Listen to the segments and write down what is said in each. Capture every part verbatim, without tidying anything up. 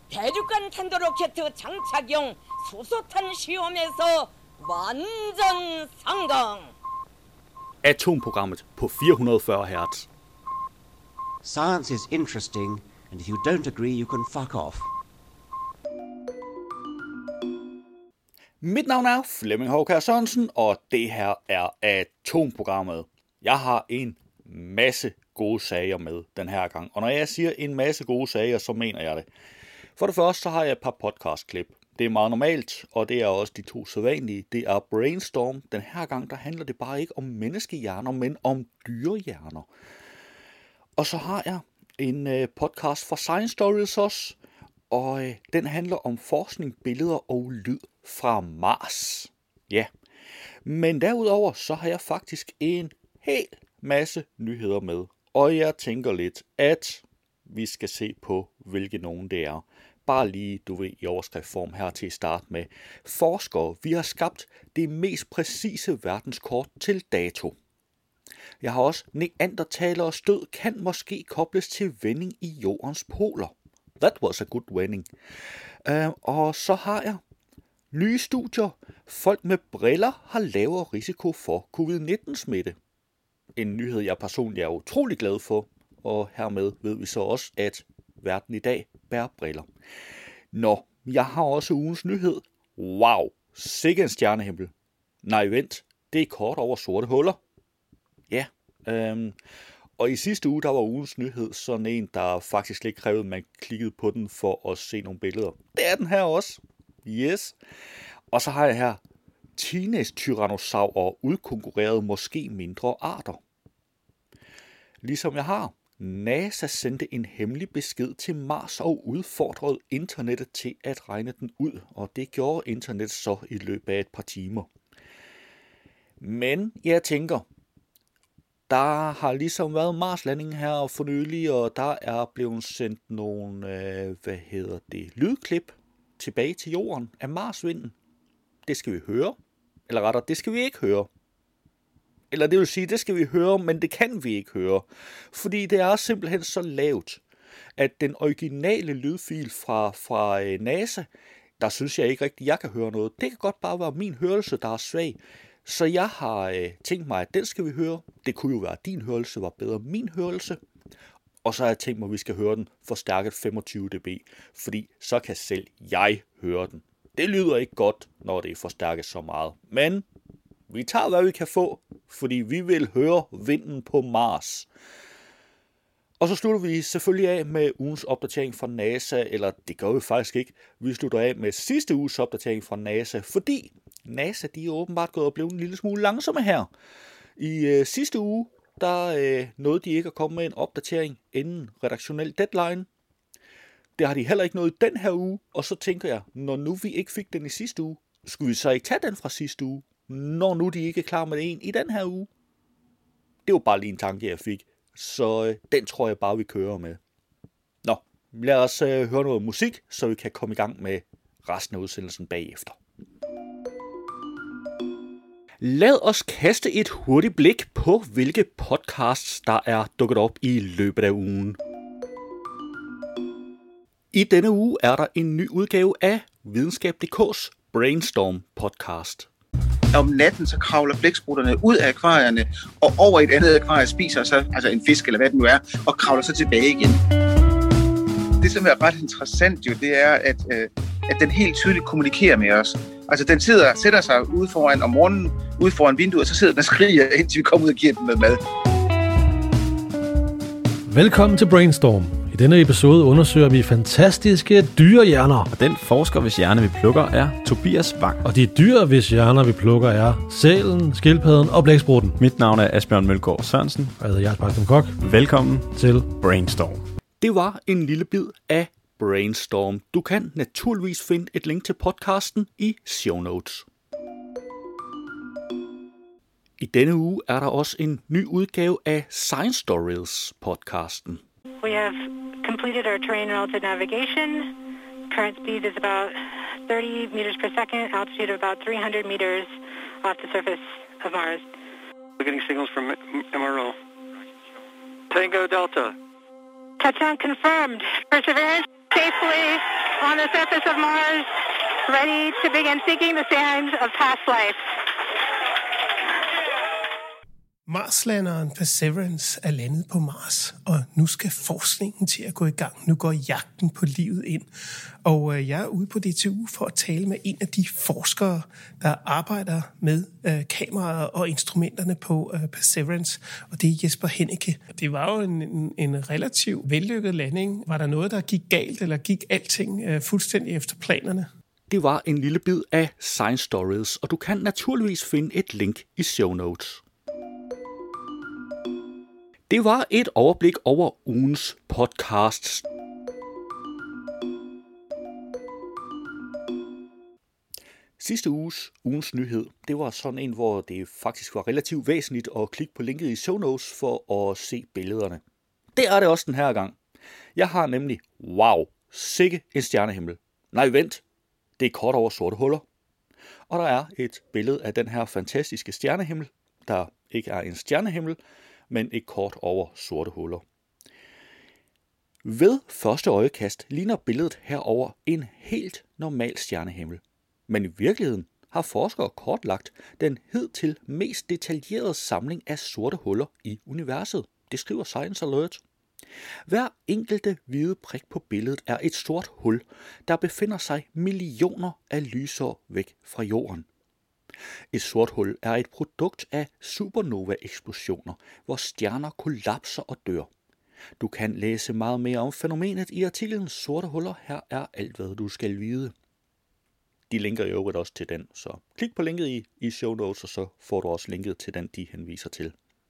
대륙간 탄도로켓 장착용 수소탄 시험에서 완전 성공. Atomprogrammet på fire hundrede og fyrre hertz. Science is interesting, and if you don't agree, you can fuck off. Mit navn er Flemming Håkær Sørensen, og det her er Atomprogrammet. Jeg har en masse gode sager med den her gang, og når jeg siger en masse gode sager, så mener jeg det. For det første så har jeg et par podcastklip. Det er meget normalt, og det er også de to sædvanlige. Det er Brainstorm. Den her gang der handler det bare ikke om menneskehjerner, men om dyrehjerner. Og så har jeg en øh, podcast fra Science Stories også, og øh, den handler om forskning, billeder og lyd fra Mars. Ja, men derudover så har jeg faktisk en hel masse nyheder med, og jeg tænker lidt, at vi skal se på, hvilke nogen det er. Bare lige, du ved, i overskriftform her til at starte med. Forskere, vi har skabt det mest præcise verdenskort til dato. Jeg har også neandertaleres død kan måske kobles til vending i jordens poler. That was a good vending. Uh, og så har jeg nye studier. Folk med briller har lavere risiko for covid nitten smitte. En nyhed, jeg personligt er utrolig glad for. Og hermed ved vi så også, at verden i dag bærer briller. Nå, jeg har også ugens nyhed. Wow, sikke en stjernehimmel. Nej, vent, det er kort over sorte huller. Ja, øhm, og i sidste uge, der var ugens nyhed sådan en, der faktisk lidt krævede, at man klikkede på den for at se nogle billeder. Det er den her også. Yes. Og så har jeg her, Teenage tyrannosaurer udkonkurrerede måske mindre arter. Ligesom jeg har, NASA sendte en hemmelig besked til Mars og udfordrede internettet til at regne den ud, og det gjorde internettet så i løbet af et par timer. Men jeg tænker, der har ligesom været Marslanding her for nylig, og der er blevet sendt nogle, øh, hvad hedder det, lydklip tilbage til jorden af Marsvinden. Det skal vi høre, eller rettere, det skal vi ikke høre. Eller det vil sige, det skal vi høre, men det kan vi ikke høre. Fordi det er simpelthen så lavt, at den originale lydfil fra, fra NASA, der synes jeg ikke rigtigt, jeg kan høre noget. Det kan godt bare være min hørelse, der er svag. Så jeg har øh, tænkt mig, at den skal vi høre. Det kunne jo være, at din hørelse var bedre end min hørelse. Og så har jeg tænkt mig, at vi skal høre den forstærket femogtyve decibel, fordi så kan selv jeg høre den. Det lyder ikke godt, når det er forstærket så meget. Men vi tager, hvad vi kan få, fordi vi vil høre vinden på Mars. Og så slutter vi selvfølgelig af med ugens opdatering fra NASA, eller det gør vi faktisk ikke. Vi slutter af med sidste uges opdatering fra NASA, fordi NASA de er åbenbart gået og blevet en lille smule langsomme her. I øh, sidste uge, der øh, nåede de ikke at komme med en opdatering inden redaktionel deadline. Det har de heller ikke nået i den her uge, og så tænker jeg, når nu vi ikke fik den i sidste uge, skulle vi så ikke tage den fra sidste uge, når nu de ikke er klar med en i den her uge? Det var bare lige en tanke, jeg fik, så øh, den tror jeg bare, vi kører med. Nå, lad os øh, høre noget musik, så vi kan komme i gang med resten af udsendelsen bagefter. Lad os kaste et hurtigt blik på, hvilke podcasts, der er dukket op i løbet af ugen. I denne uge er der en ny udgave af Videnskab punktum d k's Brainstorm podcast. Om natten så kravler blæksprutterne ud af akvarierne og over et andet akvarie spiser så altså en fisk eller hvad det nu er og kravler så tilbage igen. Det som er ret interessant jo, det er at, øh, at den helt tydeligt kommunikerer med os. Altså den sidder, sætter sig ude foran om morgenen, ude foran vinduet, og så sidder den og skriger, indtil vi kommer ud og giver den noget mad. Velkommen til Brainstorm. I denne episode undersøger vi fantastiske dyrehjerner. Og den forsker, hvis hjerne vi plukker, er Tobias Wang. Og de dyr, hvis hjerner vi plukker, er sælen, skildpadden og blæksprutten. Mit navn er Asbjørn Mølgaard Sørensen. Og jeg hedder Jens Bachtum Kok. Velkommen til Brainstorm. Det var en lille bid af Brainstorm. Du kan naturligvis finde et link til podcasten i show notes. I denne uge er der også en ny udgave af Science Stories podcasten. We have completed our terrain and altered navigation. Current speed is about thirty meters per second, altitude of about three hundred meters off the surface of Mars. We're getting signals from M R O. Tango Delta. Touchdown confirmed. Perseverance safely on the surface of Mars, ready to begin seeking the signs of past life. Marslanderen Perseverance er landet på Mars, og nu skal forskningen til at gå i gang. Nu går jagten på livet ind. Og øh, jeg er ude på D T U for at tale med en af de forskere, der arbejder med øh, kameraer og instrumenterne på øh, Perseverance, og det er Jesper Hennecke. Det var jo en, en, en relativt vellykket landing. Var der noget, der gik galt, eller gik alting øh, fuldstændig efter planerne? Det var en lille bid af Science Stories, og du kan naturligvis finde et link i show notes. Det var et overblik over ugens podcasts. Sidste uges ugens nyhed, det var sådan en, hvor det faktisk var relativt væsentligt at klikke på linket i show notes for at se billederne. Det er det også den her gang. Jeg har nemlig, wow, sikke en stjernehimmel. Nej, vent, det er kort over sorte huller. Og der er et billede af den her fantastiske stjernehimmel, der ikke er en stjernehimmel, men et kort over sorte huller. Ved første øjekast ligner billedet herover en helt normal stjernehimmel. Men i virkeligheden har forskere kortlagt den hidtil mest detaljerede samling af sorte huller i universet. Det skriver Science Alert. Hver enkelte hvide prik på billedet er et sort hul, der befinder sig millioner af lysår væk fra jorden. Et sort hul er et produkt af supernova-eksplosioner, hvor stjerner kollapser og dør. Du kan læse meget mere om fænomenet i artiklen Sorte huller. Her er alt, hvad du skal vide. De linker i øvrigt også til den, så klik på linket i, i show notes, og så får du også linket til den, de henviser til.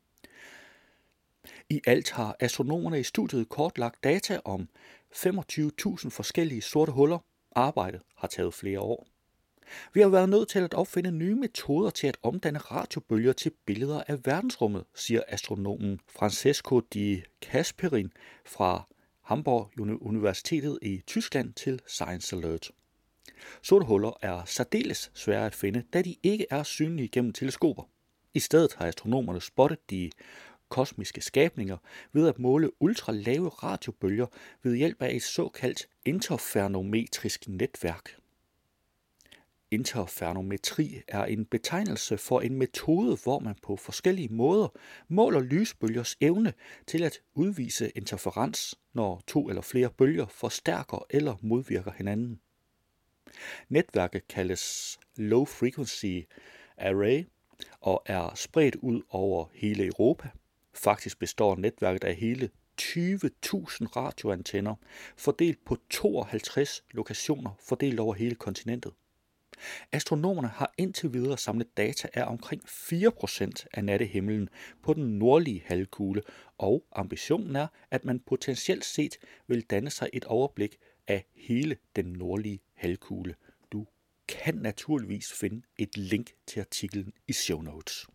I alt har astronomerne i studiet kortlagt data om femogtyve tusind forskellige sorte huller. Arbejdet har taget flere år. Vi har været nødt til at opfinde nye metoder til at omdanne radiobølger til billeder af verdensrummet, siger astronomen Francesco Di Casperin fra Hamburg Universitetet i Tyskland til Science Alert. Sorte huller er særdeles svære at finde, da de ikke er synlige gennem teleskoper. I stedet har astronomerne spottet de kosmiske skabninger ved at måle ultralave radiobølger ved hjælp af et såkaldt interferometrisk netværk. Interferometri er en betegnelse for en metode, hvor man på forskellige måder måler lysbølgers evne til at udvise interferens, når to eller flere bølger forstærker eller modvirker hinanden. Netværket kaldes Low Frequency Array og er spredt ud over hele Europa. Faktisk består netværket af hele tyve tusind radioantenner fordelt på tooghalvtreds lokationer fordelt over hele kontinentet. Astronomerne har indtil videre samlet data af omkring fire procent af nattehimlen på den nordlige halvkugle, og ambitionen er, at man potentielt set vil danne sig et overblik af hele den nordlige halvkugle. Du kan naturligvis finde et link til artiklen i show notes.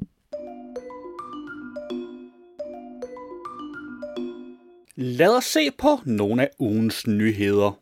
Lad os se på nogle af ugens nyheder.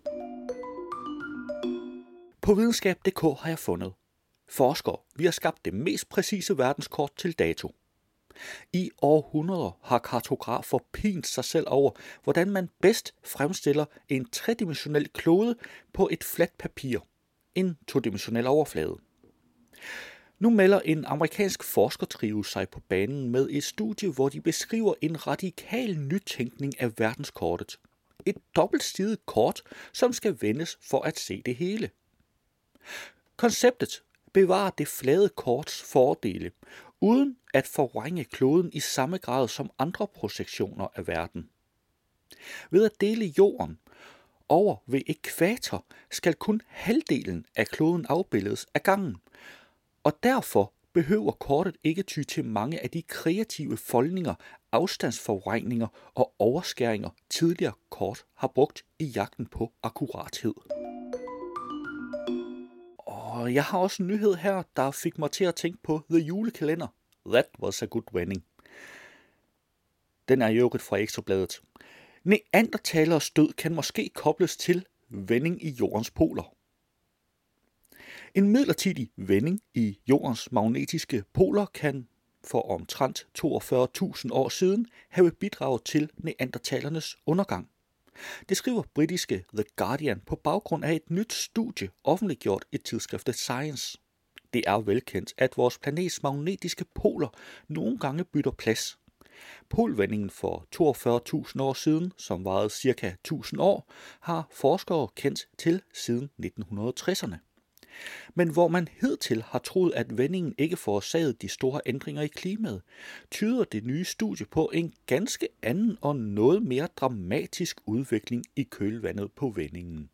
På videnskab punktum d k har jeg fundet. Forskere, vi har skabt det mest præcise verdenskort til dato. I århundreder har kartografer pint sig selv over, hvordan man bedst fremstiller en tredimensionel klode på et fladt papir, en todimensionel overflade. Nu melder en amerikansk forskertrio sig på banen med et studie, hvor de beskriver en radikal nytænkning af verdenskortet. Et dobbeltsidet kort, som skal vendes for at se det hele. Konceptet bevarer det flade korts fordele, uden at forvrænge kloden i samme grad som andre projektioner af verden. Ved at dele jorden over ved ækvator skal kun halvdelen af kloden afbildes af gangen, og derfor behøver kortet ikke ty til mange af de kreative foldninger, afstandsforvrængninger og overskæringer tidligere kort har brugt i jagten på akkurathed. Og jeg har også en nyhed her, der fik mig til at tænke på The Julekalender. That was a good winning. Den er i øvrigt fra Ekstrabladet. Neandertaleres død kan måske kobles til vending i jordens poler. En midlertidig vending i jordens magnetiske poler kan for omtrent toogfyrre tusind år siden have bidraget til neandertalernes undergang. Det skriver britiske The Guardian på baggrund af et nyt studie offentliggjort i tidsskriftet Science. Det er velkendt, at vores planets magnetiske poler nogle gange bytter plads. Polvendingen for toogfyrre tusind år siden, som varede ca. tusind år, har forskere kendt til siden nitten tresserne. Men hvor man hidtil har troet, at vendingen ikke forårsagede de store ændringer i klimaet, tyder det nye studie på en ganske anden og noget mere dramatisk udvikling i kølvandet på vendingen.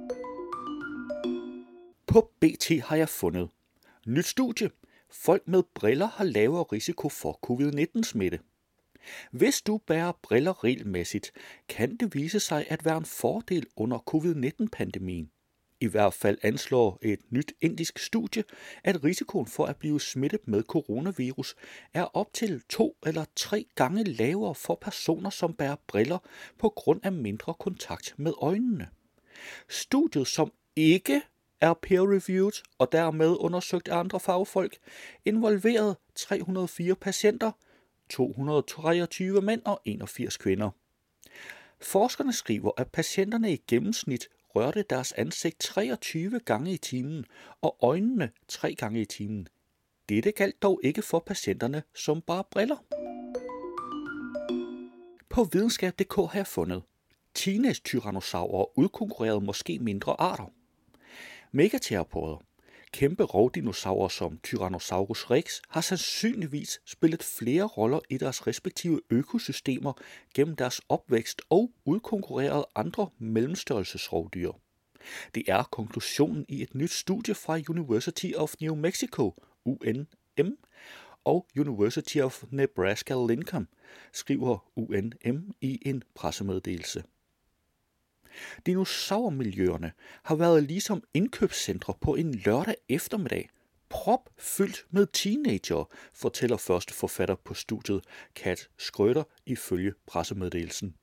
På B T har jeg fundet nyt studie. Folk med briller har lavere risiko for covid nitten smitte. Hvis du bærer briller regelmæssigt, kan det vise sig at være en fordel under covid nitten pandemien. I hvert fald anslår et nyt indisk studie, at risikoen for at blive smittet med coronavirus er op til to eller tre gange lavere for personer, som bærer briller på grund af mindre kontakt med øjnene. Studiet, som ikke er peer-reviewed og dermed undersøgt af andre fagfolk, involverede tre hundrede og fire patienter, to hundrede og treogtyve mænd og enogfirs kvinder. Forskerne skriver, at patienterne i gennemsnit rørte deres ansigt treogtyve gange i timen og øjnene tre gange i timen. Dette galt dog ikke for patienterne, som bar briller. På videnskab punktum d k har jeg fundet: teenage-tyrannosaurer udkonkurrerede måske mindre arter. Megatheropoder, kæmpe rovdinosaurer som Tyrannosaurus rex, har sandsynligvis spillet flere roller i deres respektive økosystemer gennem deres opvækst og udkonkurreret andre mellemstørrelsesrovdyr. Det er konklusionen i et nyt studie fra University of New Mexico, U N M, og University of Nebraska-Lincoln, skriver U N M i en pressemeddelelse. Dinosaurmiljøerne har været ligesom indkøbscentre på en lørdag eftermiddag, prop fyldt med teenager, fortæller første forfatter på studiet, Kat Schröder, ifølge pressemeddelelsen.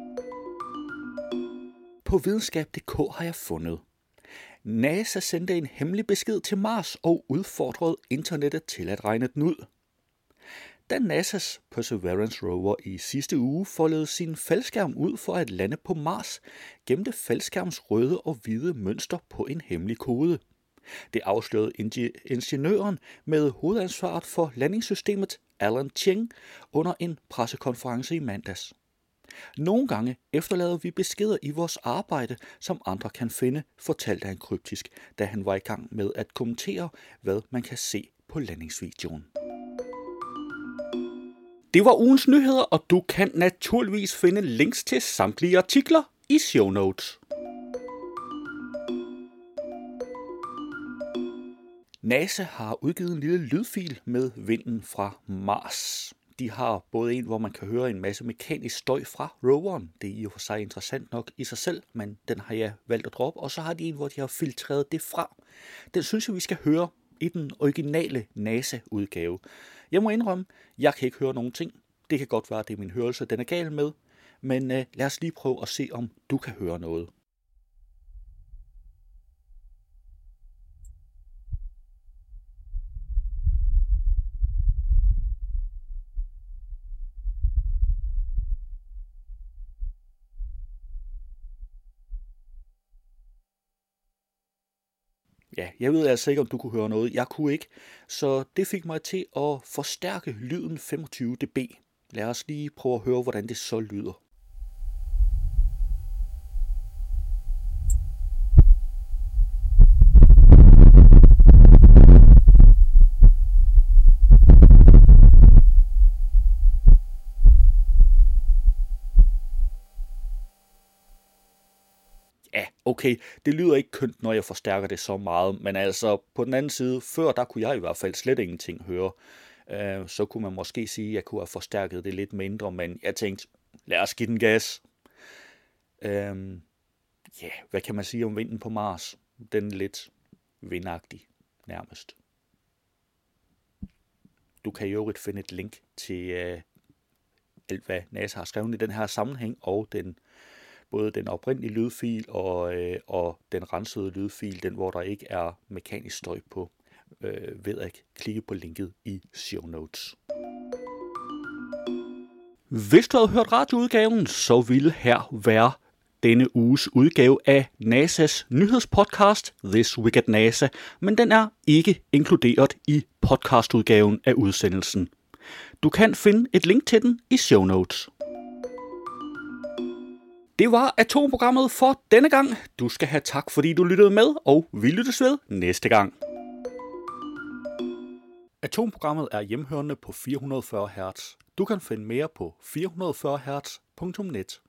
På videnskab punktum d k har jeg fundet: NASA sendte en hemmelig besked til Mars og udfordrede internettet til at regne den ud. Da NASA's Perseverance rover i sidste uge foldede sin faldskærm ud for at lande på Mars, gemte faldskærms røde og hvide mønster på en hemmelig kode. Det afslørede ingeniøren med hovedansvaret for landingssystemet, Alan Cheng, under en pressekonference i mandags. Nogle gange efterlader vi beskeder i vores arbejde, som andre kan finde, fortalte han kryptisk, da han var i gang med at kommentere, hvad man kan se på landingsvideoen. Det var ugens nyheder, og du kan naturligvis finde links til samtlige artikler i show notes. NASA har udgivet en lille lydfil med vinden fra Mars. De har både en, hvor man kan høre en masse mekanisk støj fra roveren. Det er i og for sig interessant nok i sig selv, men den har jeg valgt at droppe. Og så har de en, hvor de har filtreret det fra. Den synes jeg, vi skal høre i den originale NASA-udgave. Jeg må indrømme, jeg kan ikke høre nogen ting. Det kan godt være, at det er min hørelse, den er gal med. Men øh, lad os lige prøve at se, om du kan høre noget. Ja, jeg ved altså ikke, om du kunne høre noget. Jeg kunne ikke, så det fik mig til at forstærke lyden femogtyve decibel. Lad os lige prøve at høre, hvordan det så lyder. Ja, okay, det lyder ikke kønt, når jeg forstærker det så meget, men altså på den anden side, før der kunne jeg i hvert fald slet ingenting høre. Uh, så kunne man måske sige, at jeg kunne have forstærket det lidt mindre, men jeg tænkte, lad os give den gas. Ja, uh, yeah, hvad kan man sige om vinden på Mars? Den er lidt vindagtig, nærmest. Du kan i øvrigt finde et link til uh, alt, hvad NASA har skrevet i den her sammenhæng, og den både den oprindelige lydfil og, øh, og den rensede lydfil, den hvor der ikke er mekanisk støj på, øh, ved at klikke på linket i show notes. Hvis du havde hørt radioudgaven, så ville her være denne uges udgave af NASA's nyhedspodcast This Week at NASA, men den er ikke inkluderet i podcastudgaven af udsendelsen. Du kan finde et link til den i show notes. Det var Atomprogrammet for denne gang. Du skal have tak, fordi du lyttede med, og vi lyttes ved næste gang. Atomprogrammet er hjemhørende på fire hundrede og fyrre hertz. Du kan finde mere på fire hundrede og fyrre hertz punktum net.